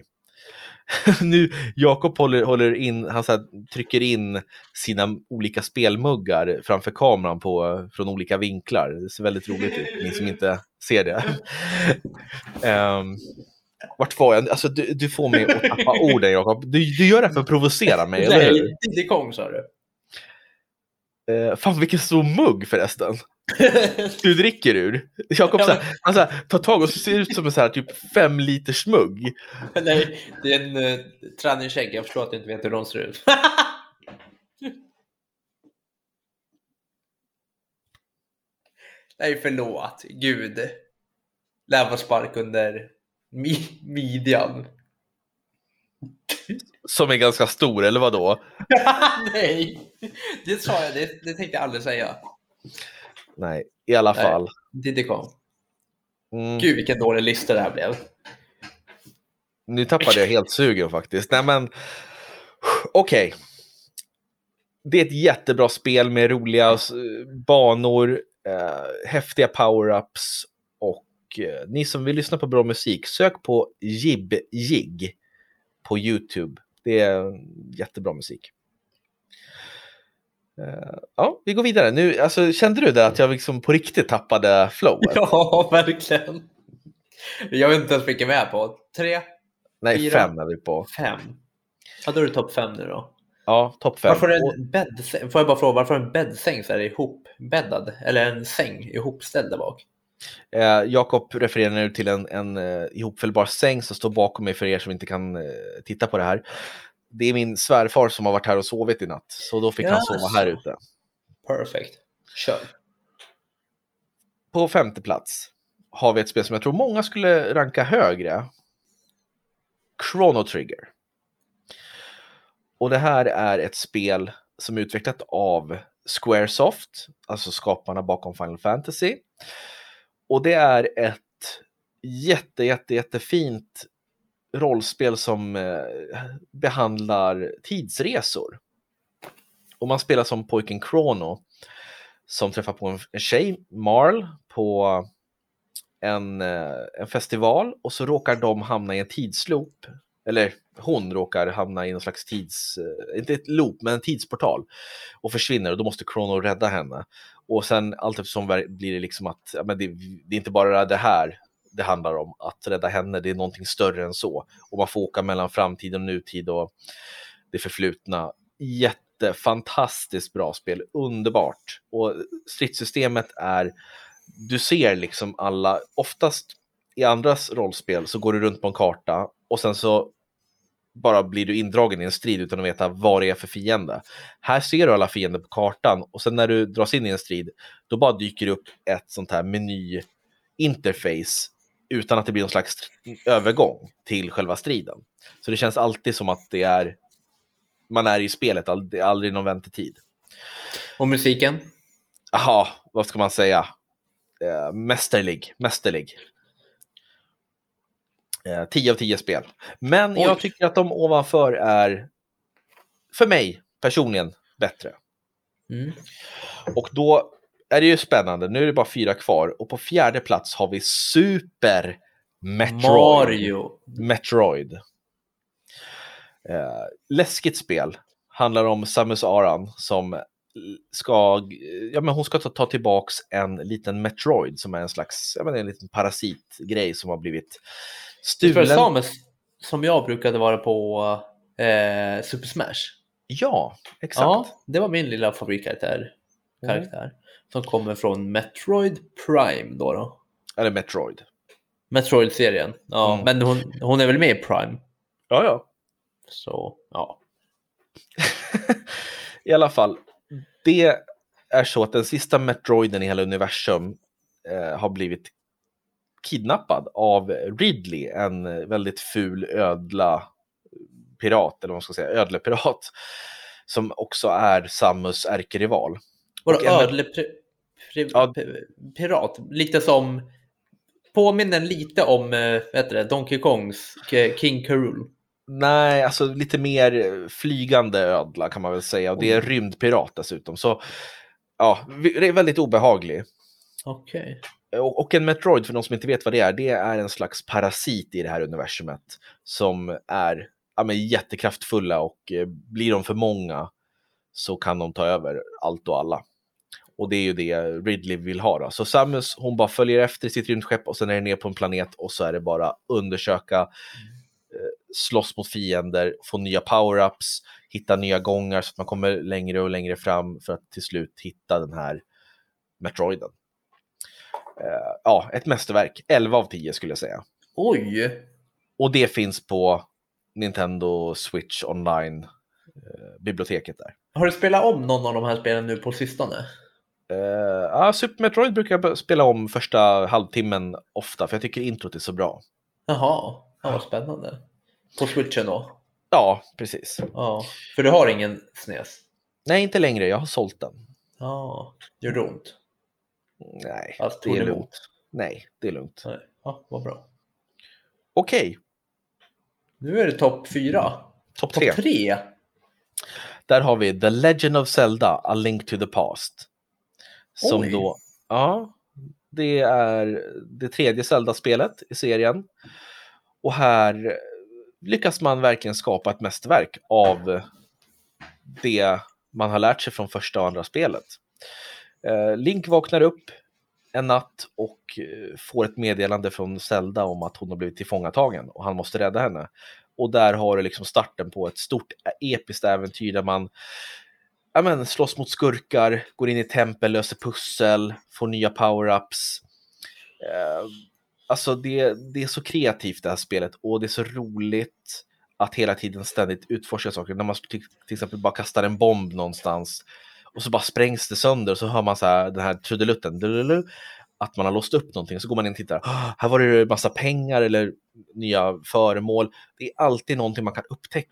Nu Jakob håller, håller in, han så här, trycker in sina olika spelmuggar framför kameran på, från olika vinklar. Det ser väldigt roligt ut, ni som inte ser det. um, vart var jag? Alltså, du, du får mig att tappa orden, Jakob. Du, du gör det för att provocera mig, eller hur? Nej, Diddy Kong sa du. Uh, fan, vilken stor mugg förresten. Du dricker ur. Jakob ja, men... han så här, tar tag och ser ut som en så här, typ fem liters mugg. Nej, det är en uh, träningskägg. Jag förstår att du inte vet hur de ser ut. Nej, förlåt. Gud. Lävarspark under mi- midjan. Som är ganska stor, eller vad då? Nej, det sa jag. Det, det tänkte jag aldrig säga. Nej, i alla Nej, fall. Diddy Kong. Mm. Gud, vilken dålig lista det här blev. Nu tappade jag helt sugen faktiskt. Nej, men okej. Okay. Det är ett jättebra spel med roliga banor, eh, häftiga power-ups och eh, ni som vill lyssna på bra musik, sök på Jib Jig på YouTube. Det är jättebra musik. Uh, ja, vi går vidare. Nu, alltså, kände du det att jag liksom på riktigt tappade flowet? Ja, verkligen. Jag vet inte ens vilken vi är på. Tre? Nej, fyra, fem är vi på. Fem. Ja, då är det topp fem nu då. Ja, topp fem. Varför är en bäddsäng? Får jag bara fråga, varför är en bäddsäng så är det ihopbäddad? Eller en säng ihopställd där bak? Eh, Jakob refererar nu till en, en uh, ihopfällbar säng som står bakom mig för er som inte kan uh, titta på det här. Det är min svärfar som har varit här och sovit i natt. Så då fick yes. han sova här ute. Perfekt. Kör. På femte plats har vi ett spel som jag tror många skulle ranka högre. Chrono Trigger. Och det här är ett spel som är utvecklat av Squaresoft, alltså skaparna bakom Final Fantasy. Och det är ett jätte, jätte, jättefint rollspel som eh, behandlar tidsresor. Och man spelar som pojken Chrono som träffar på en, en tjej, Marl, på en, eh, en festival, och så råkar de hamna i en tidsloop. Eller hon råkar hamna i någon slags tids... Eh, inte ett loop, men en tidsportal. Och försvinner, och då måste Chrono rädda henne. Och sen allt eftersom blir det liksom att ja, men det, det är inte bara det här det handlar om, att rädda henne. Det är någonting större än så. Och man får åka mellan framtid och nutid och det förflutna. Jättefantastiskt bra spel. Underbart. Och stridssystemet är... Du ser liksom alla... Oftast i andras rollspel så går du runt på en karta och sen så bara blir du indragen i en strid utan att veta vad det är för fiende. Här ser du alla fiender på kartan, och sen när du dras in i en strid, då bara dyker det upp ett sånt här meny-interface utan att det blir någon slags övergång till själva striden. Så det känns alltid som att det är man är i spelet, det är aldrig någon väntetid. Och musiken? Aha, vad ska man säga? Uh, mästerlig, mästerlig. tio av tio spel. Men Oj. jag tycker att de ovanför är, för mig personligen, bättre. Mm. Och då är det ju spännande. Nu är det bara fyra kvar. Och på fjärde plats har vi Super Metroid. Mario. Metroid. Eh, läskigt spel. Handlar om Samus Aran som ska, ja men hon ska ta, ta tillbaks en liten Metroid som är en slags, ja men en liten parasitgrej som har blivit stulen. Samus som jag brukade vara på eh, Super Smash. Ja, exakt. Ja, det var min lilla favoritkaraktär. Karaktär. Mm. Som kommer från Metroid Prime då då. Eller Metroid. Metroid-serien. Ja, mm. Men hon, hon är väl med i Prime? Ja, ja. Så, ja. I alla fall, det är så att den sista Metroiden i hela universum eh, har blivit kidnappad av Ridley, en väldigt ful ödla pirat, eller vad man ska säga, ödlepirat, som också är Samus ärkerival. Vadå ödlepirat? Ja. Pirat? Lite som, påminner lite om vet du, Donkey Kongs King K. Rool. Nej, alltså lite mer flygande ödla kan man väl säga, och det är rymdpirat dessutom, så ja, det är väldigt obehaglig. Okej. Okay. Och en Metroid, för de som inte vet vad det är, det är en slags parasit i det här universumet som är ja, men jättekraftfulla, och eh, blir de för många så kan de ta över allt och alla. Och det är ju det Ridley vill ha då. Så Samus, hon bara följer efter sitt rymdskepp, och sen är det ner på en planet, och så är det bara undersöka, mm. eh, slåss mot fiender, få nya power-ups, hitta nya gångar så att man kommer längre och längre fram för att till slut hitta den här Metroiden. Uh, ja, ett mästerverk. elva av tio skulle jag säga. Oj! Och det finns på Nintendo Switch Online uh, biblioteket där. Har du spelat om någon av de här spelen nu på sistone? Uh, ja, Super Metroid brukar jag spela om första halvtimmen ofta, för jag tycker introt är så bra. Jaha, ja, vad spännande. På Switchen då? Ja, precis. Ja, för du har ingen S N E S? Nej, inte längre. Jag har sålt den. Ja, gör det ont? Nej, alltså, det är lugnt. Nej, det är lugnt. Nej. Ja, vad bra. Okej. Okay. Nu är det topp fyra. Topp tre. Top tre. Där har vi The Legend of Zelda, A Link to the Past. Som Oj. då, ja, det är det tredje Zelda-spelet i serien. Och här lyckas man verkligen skapa ett mästerverk av det man har lärt sig från första och andra spelet. Link vaknar upp en natt och får ett meddelande från Zelda om att hon har blivit tillfångatagen och han måste rädda henne. Och där har du liksom starten på ett stort episkt äventyr där man ja men, slåss mot skurkar, går in i tempel, löser pussel, får nya power-ups. Eh, alltså det, det är så kreativt det här spelet, och det är så roligt att hela tiden ständigt utforska saker. När man till, till exempel bara kastar en bomb någonstans och så bara sprängs det sönder, och så hör man så här, den här trudelutten, att man har låst upp någonting, så går man in och tittar. Oh, här var det massa pengar eller nya föremål. Det är alltid någonting man kan upptäcka.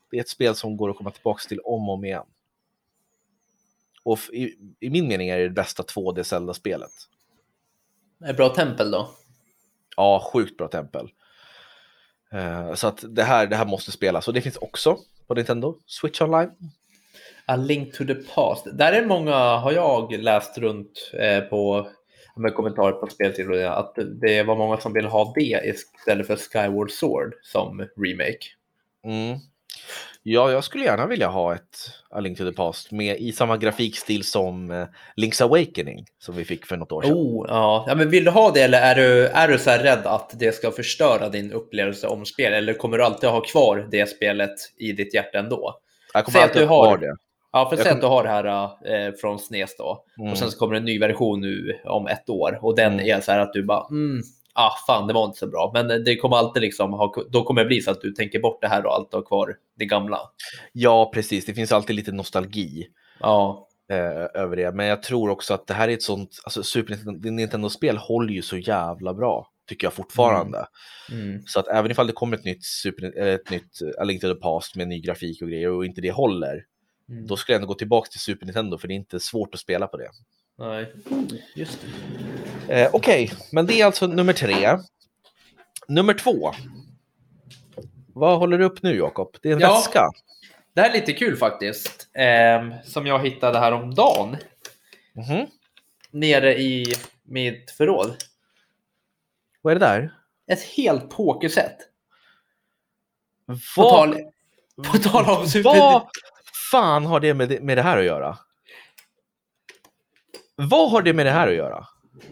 Det är ett spel som går att komma tillbaka till om och om igen. Och i, i min mening är det det bästa två D Zelda-spelet. Är bra tempel då? Ja, sjukt bra tempel. Uh, så att det här, det här måste spelas. Och det finns också på Nintendo Switch Online. A Link to the Past. Där är många, har jag läst runt eh, på med kommentarer på spelet, att det var många som vill ha det istället för Skyward Sword som remake. Mm. Ja, jag skulle gärna vilja ha ett A Link to the Past med i samma grafikstil som uh, Link's Awakening som vi fick för något år sedan. Oh, ja. Ja, men vill du ha det, eller är du, är du så här rädd att det ska förstöra din upplevelse om spel, eller kommer du alltid ha kvar det spelet i ditt hjärta ändå? Jag kommer alltid ha kvar det. Ja, för jag säg kom... att du har det här äh, från S N E S då. Mm. Och sen så kommer en ny version nu om ett år. Och den mm. är så här att du bara, mm, ah fan, det var inte så bra. Men det kommer alltid liksom, ha, då kommer det bli så att du tänker bort det här och allt och kvar det gamla. Ja, precis. Det finns alltid lite nostalgi ja. eh, över det. Men jag tror också att det här är ett sånt, alltså Super Nintendo-spel håller ju så jävla bra, tycker jag fortfarande. Mm. Mm. Så att även ifall det kommer ett nytt, Super, eller ett nytt A Link to the Past med ny grafik och grejer och inte det håller, Mm. då skulle jag ändå gå tillbaka till Super Nintendo, för det är inte svårt att spela på det. Nej, just det. Eh, Okej, okay. Men det är alltså nummer tre. Nummer två. Vad håller du upp nu, Jakob? Det är en ja, väska. Det här är lite kul faktiskt. Eh, som jag hittade här om dagen. Mm-hmm. Nere i mitt förråd. Vad är det där? Ett helt pokerset. Vad? På tal, på tal om Super... Vad fan har det med, det med det här att göra? Vad har det med det här att göra?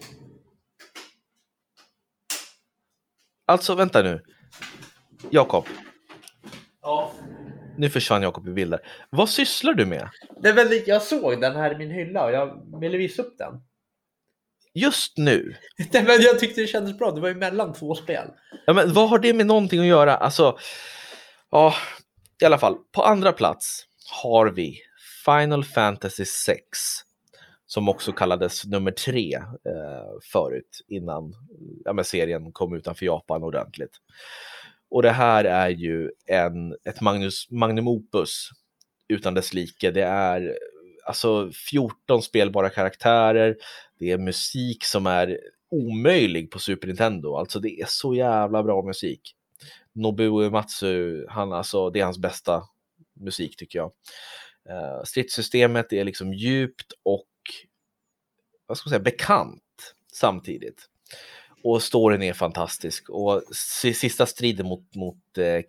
Alltså, vänta nu. Jakob. Ja. Nu försvann Jakob i bilder. Vad sysslar du med? Det är väl, jag såg den här i min hylla och jag ville visa upp den. Just nu? Men jag tyckte det kändes bra. Det var ju mellan två spel. Ja, men vad har det med någonting att göra? Alltså, ja, i alla fall. På andra plats har vi Final Fantasy sex, som också kallades nummer tre eh, förut, innan ja, men serien kom utanför Japan ordentligt. Och det här är ju en, ett Magnus, Magnum Opus utan dess like. Det är alltså fjorton spelbara karaktärer. Det är musik som är omöjlig på Super Nintendo. Alltså det är så jävla bra musik. Nobuo Uematsu, han, alltså, det är hans bästa musik tycker jag. Uh, stridssystemet är liksom djupt och vad ska man säga, bekant samtidigt. Och storyn är fantastisk. Och sista striden mot, mot eh,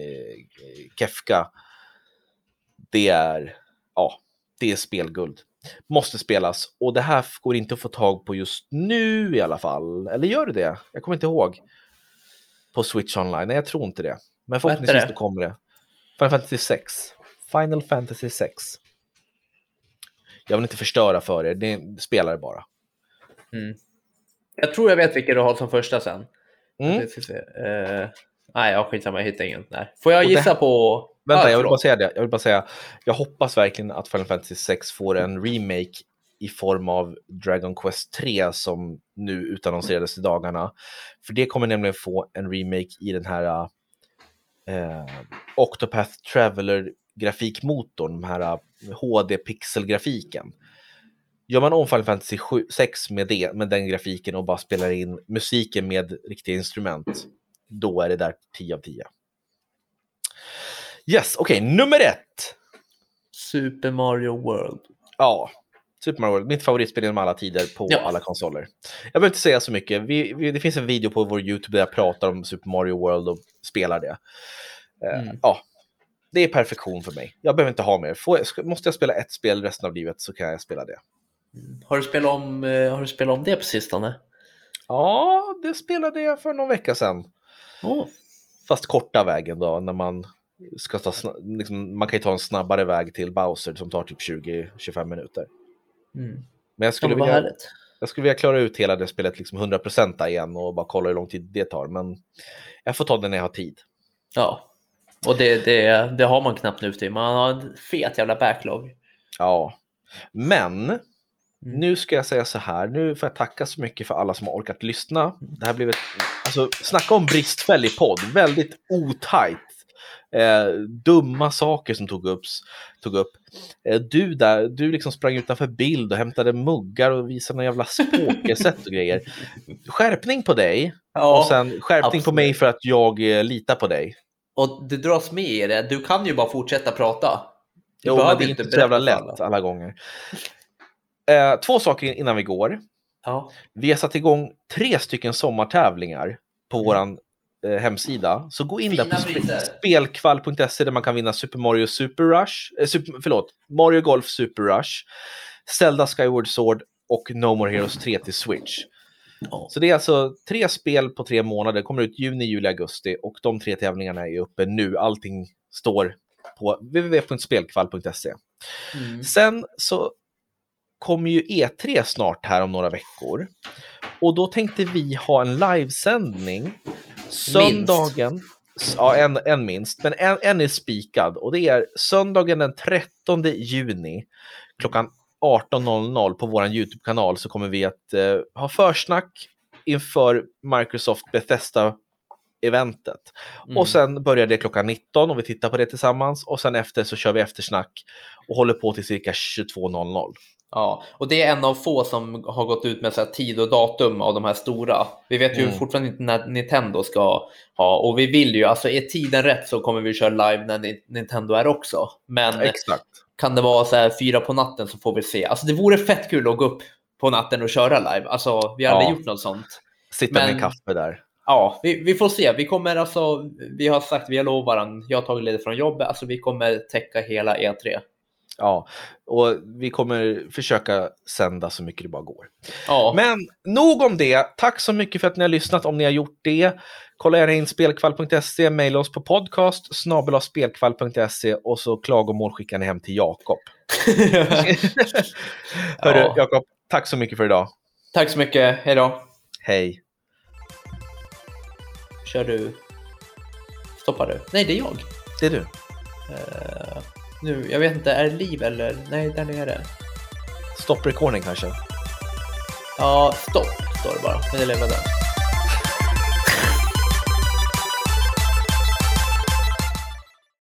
Kefka, det är ja, det är spelguld. Måste spelas. Och det här går inte att få tag på just nu i alla fall. Eller gör det det? Jag kommer inte ihåg. På Switch Online. Nej, jag tror inte det. Men förhoppningsvis det kommer det. Final Fantasy sex. Final Fantasy sex. Jag vill inte förstöra för er. Det spelar det bara. Mm. Jag tror jag vet vilka du har som första sen. Mm. Uh, nej, jag skitsamma, jag hittar ingen där. Får jag gissa det... på... Vänta, ah, jag vill bara säga det. Jag vill bara säga, jag hoppas verkligen att Final Fantasy sex får en remake i form av Dragon Quest tre som nu utannonserades i dagarna. För det kommer nämligen få en remake i den här uh, Octopath Traveler grafikmotorn, den här H D-pixelgrafiken. Gör man om Final Fantasy sex med, det, med den grafiken och bara spelar in musiken med riktiga instrument, då är det där tio av tio. Yes, okej, okay, nummer ett. Super Mario World. Ja, Super Mario World, mitt favoritspel genom alla tider på ja. alla konsoler. Jag behöver inte säga så mycket. Vi, vi, det finns en video på vår YouTube där jag pratar om Super Mario World och spelar det. Uh, mm. Ja, det är perfektion för mig. Jag behöver inte ha mer. Får jag, måste jag spela ett spel resten av livet så kan jag spela det. Mm. Har du spelat om, uh, har du spelat om det på sistone? Ja, det spelade jag för någon vecka sedan. Oh. Fast korta vägen då, när man ska ta sn- liksom, man kan ju ta en snabbare väg till Bowser som tar typ tjugo till tjugofem minuter. Mm. Men jag skulle, ja, vilja, jag skulle vilja klara ut hela det spelet liksom hundra procent igen och bara kolla hur lång tid det tar. Men jag får ta det när jag har tid. Ja, och det, det, det har man knappt nu till. Man har en fet jävla backlog. Ja, men Mm. nu ska jag säga så här. Nu får jag tacka så mycket för alla som har orkat lyssna. Det här blev ett, alltså, snacka om bristfällig podd. Väldigt otajt. Eh, dumma saker som tog upp. Tog upp. Eh, du där, du liksom sprang utanför bild och hämtade muggar och visade några jävla spåkesätt och grejer. Skärpning på dig. Ja, och sen skärpning absolut. På mig för att jag eh, litar på dig. Och du dras med i det. Du kan ju bara fortsätta prata. Du jo, men det är inte så jävla lätt alla. alla gånger. Eh, två saker innan vi går. Ja. Vi har satt igång tre stycken sommartävlingar på mm. våran eh, hemsida. Så gå in Fina där på sp- spelkvall punkt se där man kan vinna Super Mario Super Rush. Eh, super, förlåt, Mario Golf Super Rush, Zelda Skyward Sword och No More Heroes tre till Switch. Ja. Så det är alltså tre spel på tre månader. Kommer ut juni, juli, augusti. Och de tre tävlingarna är uppe nu. Allting står på w w w punkt spelkvall punkt se. Mm. Sen så kommer ju E tre snart här om några veckor. Och då tänkte vi ha en livesändning söndagen. Minst. Ja, en, en minst. Men en, en är spikad. Och det är söndagen den trettonde juni klockan arton noll noll på vår YouTube-kanal. Så kommer vi att eh, ha försnack inför Microsoft Bethesda-eventet. Mm. Och sen börjar det klockan nitton och vi tittar på det tillsammans. Och sen efter så kör vi eftersnack och håller på till cirka tjugotvå noll noll. Ja, och det är en av få som har gått ut med så här tid och datum av de här stora. Vi vet ju mm. fortfarande inte när Nintendo ska ha, och vi vill ju, alltså är tiden rätt så kommer vi köra live när Nintendo är också. Men exakt. Kan det vara så här fyra på natten så får vi se. Alltså det vore fett kul att gå upp på natten och köra live. Alltså vi har aldrig ja. gjort något sånt. Sitta Men, med en kaffe där. Ja, vi, vi får se. Vi kommer alltså, vi har sagt, vi har lovat varandra, jag har tagit ledigt från jobbet, alltså vi kommer täcka hela E tre. Ja, och vi kommer försöka sända så mycket det bara går. Ja. Men nog om det. Tack så mycket för att ni har lyssnat om ni har gjort det. Kolla gärna in spelkvall punkt se, mejla oss på podcast snabel-a spelkvall punkt se och så klagomål skickar ni hem till Jakob. Hörru, ja. Jakob, tack så mycket för idag. Tack så mycket, hej då. Hej. Kör du? Stoppar du? Nej, det är jag. Det är du. Uh... Nu, jag vet inte, är det liv eller? Nej, där nere. Stopp recording kanske? Ja, stopp står det bara. Men det lever där.